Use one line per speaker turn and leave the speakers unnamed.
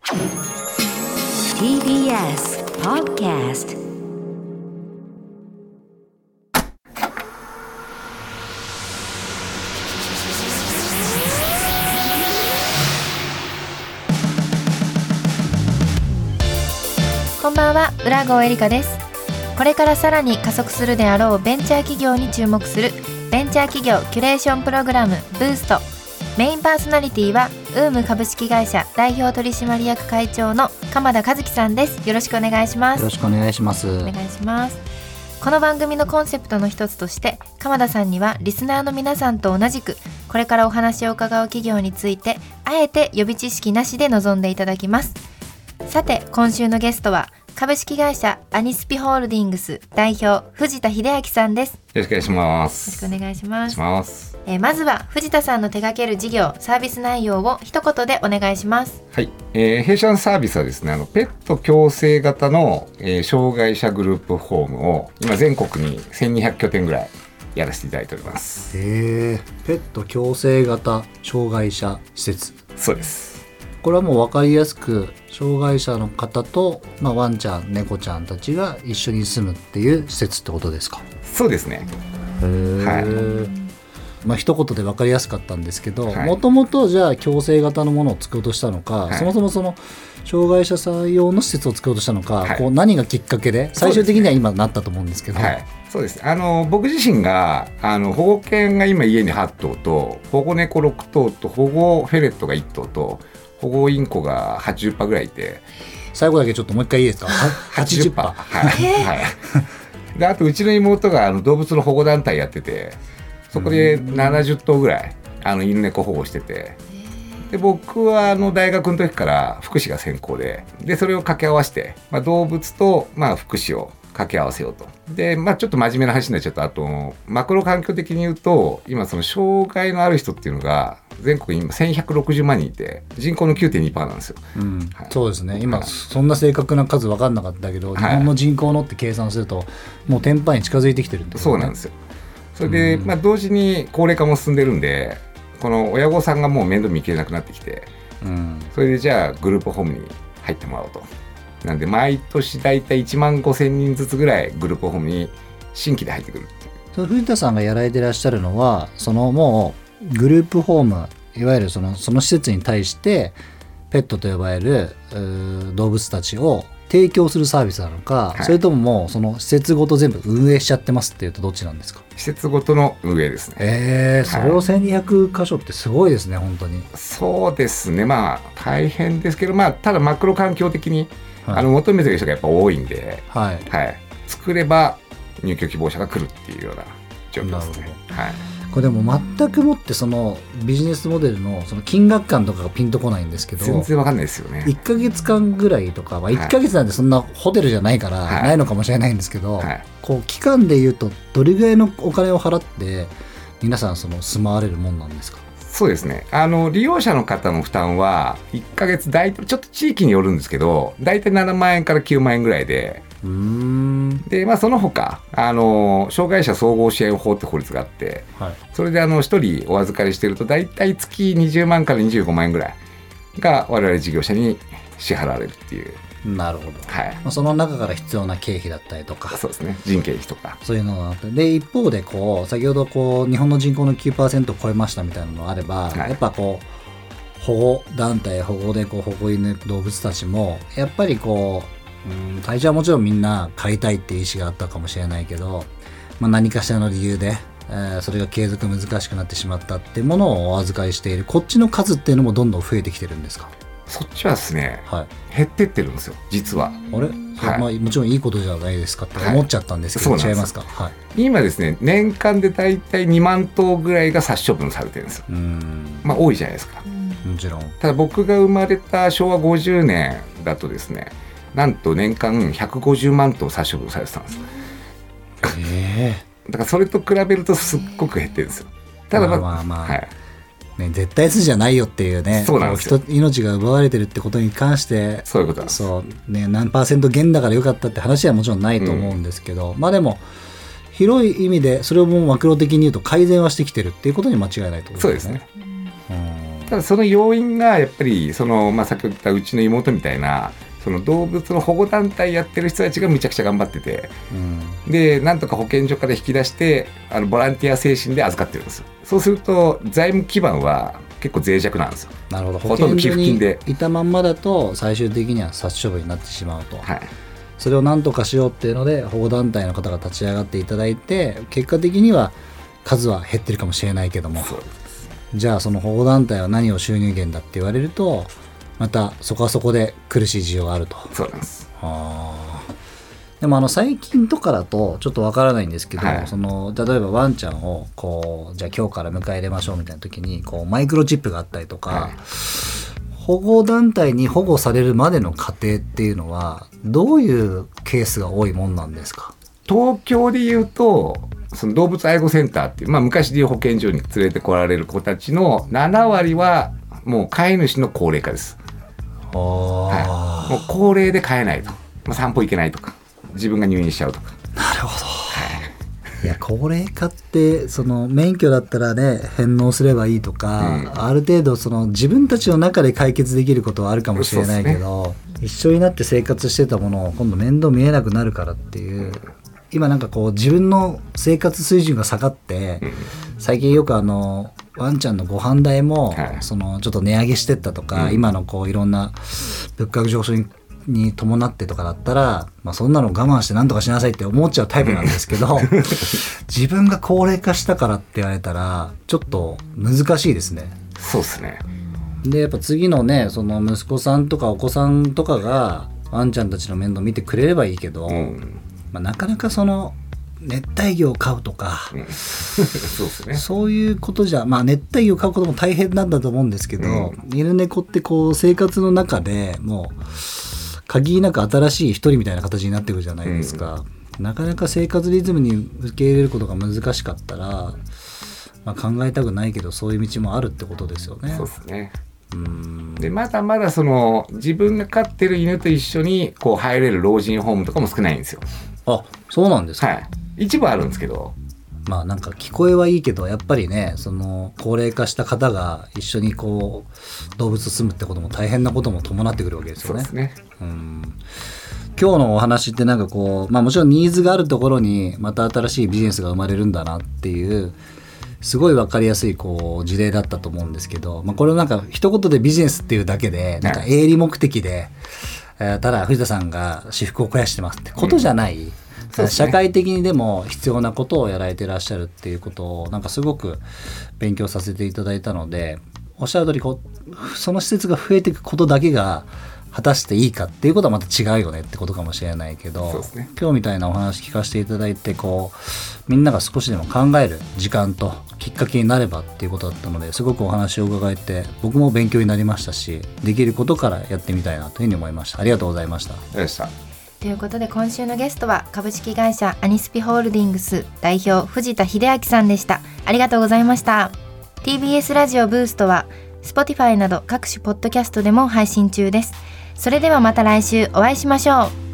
TBS Podcast。
こんばんは、浦郷エリカです。これからさらに加速するであろうベンチャー企業に注目するベンチャー企業キュレーションプログラムブースト。メインパーソナリティはUUM株式会社代表取締役会長の鎌田和樹さんです。よろしくお願いします。
よろしくお願いします。
お願いします。この番組のコンセプトの一つとして鎌田さんにはリスナーの皆さんと同じくこれからお話を伺う企業についてあえて予備知識なしで臨んでいただきます。さて今週のゲストは株式会社アニスピホールディングス代表藤田秀明さんです。
よろしくお願いします。
よろしくお願いします。
ま
ずは藤田さんの手掛ける事業サービス内容を一言でお願いします。
はい、弊社のサービスはですね、ペット共生型の、障害者グループホームを今全国に1200拠点ぐらいやらせていただいております。
ペット共生型障害者施設。
そうです。
これはもう分かりやすく障害者の方と、ワンちゃん猫ちゃんたちが一緒に住むっていう施設ってことですか？
そうですね。
一言で分かりやすかったんですけど、もともとじゃあ共生型のものを作ろうとしたのか、そもそもその障害者さん用の施設を作ろうとしたのか、こう何がきっかけで最終的には今なったと思うんですけど。
そうです。僕自身が保護犬が今家に8頭と保護猫6頭と保護フェレットが1頭と保護インコが 80% ぐらいいて、
最後だけちょっともう一回いいですか？ 80%。
であとうちの妹が動物の保護団体やってて、そこで70頭ぐらい犬猫保護してて、で僕は大学の時から福祉が専攻でそれを掛け合わせて、動物と福祉を掛け合わせようと。で、ちょっと真面目な話になっちゃった。あとマクロ環境的に言うと今その障害のある人っていうのが全国に今1160万人いて人口の 9.2% なんですよ。
そうですね。今、そんな正確な数分かんなかったけど、日本の人口のって計算するともう10%に近づいてきてるってことね。
そうなんですよ。それで、同時に高齢化も進んでるんで、この親御さんがもう面倒見きれなくなってきて、それでじゃあグループホームに入ってもらおうと。なんで毎年だいたい1万5000人ずつぐらいグループホームに新規で入ってくるっていう。
その藤田さんがやられてらっしゃるのは、そのもうグループホーム、いわゆるその施設に対してペットと呼ばれる動物たちを提供するサービスなのか、それとももうその施設ごと全部運営しちゃってますっていうとどっちなんですか？
施設ごとの運営ですね。
それを1200箇所ってすごいですね、本当に。
そうですね。大変ですけど、ただマクロ環境的に、求めてる人がやっぱ多いんで、作れば入居希望者が来るっていうような状況ですね。
これでも全くもってそのビジネスモデルのその金額感とかがピンとこないんですけど、
全然わかんないですよね。
1ヶ月間ぐらいとか、1ヶ月なんてそんなホテルじゃないからないのかもしれないんですけど、こう期間でいうとどれぐらいのお金を払って皆さんその住まわれるもんなんですか？
そうですね。利用者の方の負担は1ヶ月大体ちょっと地域によるんですけど、大体7万円から9万円ぐらいで、でその他障害者総合支援法って法律があって、それで1人お預かりしてると大体月20万から25万円ぐらいが我々事業者に支払われるっていう。
なるほど。その中から必要な経費だったりとか、
そうですね、人件費とか
そういうのがあって、で一方で先ほど日本の人口の 9% を超えましたみたいなのがあれば、やっぱ保護団体、保護猫、保護犬動物たちもやっぱり最初はもちろんみんな飼いたいっていう意思があったかもしれないけど、何かしらの理由で、それが継続難しくなってしまったっていうものをお預かりしているこっちの数っていうのもどんどん増えてきてるんですか？
そっちはですね、減ってってるんですよ、実は。
あれ、もちろんいいことじゃないですかって思っちゃったんですけど、違いますか？
今ですね、年間でだいたい2万頭ぐらいが殺処分されてるんですよ。多いじゃないですか。
もちろん。た
だ僕が生まれた昭和50年だとですね、なんと年間150万頭殺処分されてたんです。だからそれと比べるとすっごく減ってるんですよ。ただ
絶対数じゃないよっていうね、
そうなんですよ。
命が奪われてるってことに関して、
そういうことなんです。
何%減だからよかったって話はもちろんないと思うんですけど、でも広い意味でそれをもうマクロ的に言うと改善はしてきてるっていうことに間違いないと思うんですね。
そうですね。 ただその要因がやっぱりその、先ほど言ったうちの妹みたいなその動物の保護団体やってる人たちがむちゃくちゃ頑張ってて、でなんとか保健所から引き出してボランティア精神で預かってるんです。そうすると財務基盤は結構脆弱なんですよ。
なるほど。
ほとんど寄付金で
いたまんまだと最終的には殺処分になってしまうと、
はい、
それを何とかしようっていうので保護団体の方が立ち上がっていただいて、結果的には数は減ってるかもしれないけども、じゃあその保護団体は何を収入源だって言われるとまたそこはそこで苦しい需要があると。
そうなんです。
でも最近とかだとちょっとわからないんですけど、
はい、
例えばワンちゃんをじゃあ今日から迎え入れましょうみたいな時にマイクロチップがあったりとか、はい、保護団体に保護されるまでの過程っていうのはどういうケースが多いもんなんですか？
東京でいうとその動物愛護センターっていう、昔でいう保健所に連れてこられる子たちの7割はもう飼い主の高齢化です。はい、もう高齢で飼えないと、散歩行けないとか自分が入院しちゃうとか。
なるほど、いや高齢化って免許だったらね返納すればいいとか、ある程度自分たちの中で解決できることはあるかもしれないけど、一緒になって生活してたものを今度面倒見えなくなるからっていう、今なんか自分の生活水準が下がって、最近よくワンちゃんのご飯代も、ちょっと値上げしてったとか、今のいろんな物価上昇に伴ってとかだったら、そんなの我慢して何とかしなさいって思っちゃうタイプなんですけど自分が高齢化したからって言われたらちょっと難しいですね。
そうですね。
でやっぱ次のね息子さんとかお子さんとかがワンちゃんたちの面倒見てくれればいいけど、なかなか熱帯魚を飼うとか、そう
ですね、
そういうことじゃ、熱帯魚を飼うことも大変なんだと思うんですけど、犬猫って生活の中でもう限りなく新しい一人みたいな形になってくるじゃないですか。なかなか生活リズムに受け入れることが難しかったら、考えたくないけどそういう道もあるってことですよね。
そうですね。でまだまだ自分が飼ってる犬と一緒に入れる老人ホームとかも少ないんですよ。
あ、そうなんですか。
はい、一部あるんですけど、
なんか聞こえはいいけどやっぱりね高齢化した方が一緒に動物と住むってことも大変なことも伴ってくるわけですよね。
そうですね。
今日のお話ってなんかもちろんニーズがあるところにまた新しいビジネスが生まれるんだなっていうすごい分かりやすい事例だったと思うんですけど、これをなんか一言でビジネスっていうだけでなんか営利目的で、ただ藤田さんが私腹を肥やしてますってことじゃない、社会的にでも必要なことをやられてらっしゃるっていうことをなんかすごく勉強させていただいたので、おっしゃる通りその施設が増えていくことだけが果たしていいかっていうことはまた違うよねってことかもしれないけど、今日みたいなお話聞かせていただいてみんなが少しでも考える時間ときっかけになればっていうことだったので、すごくお話を伺えて僕も勉強になりましたし、できることからやってみたいなというふうに思いました。ありがとうございました。
ということで今週のゲストは株式会社アニスピホールディングス代表藤田秀明さんでした。ありがとうございました。 TBS ラジオブーストは Spotify など各種ポッドキャストでも配信中です。それではまた来週お会いしましょう。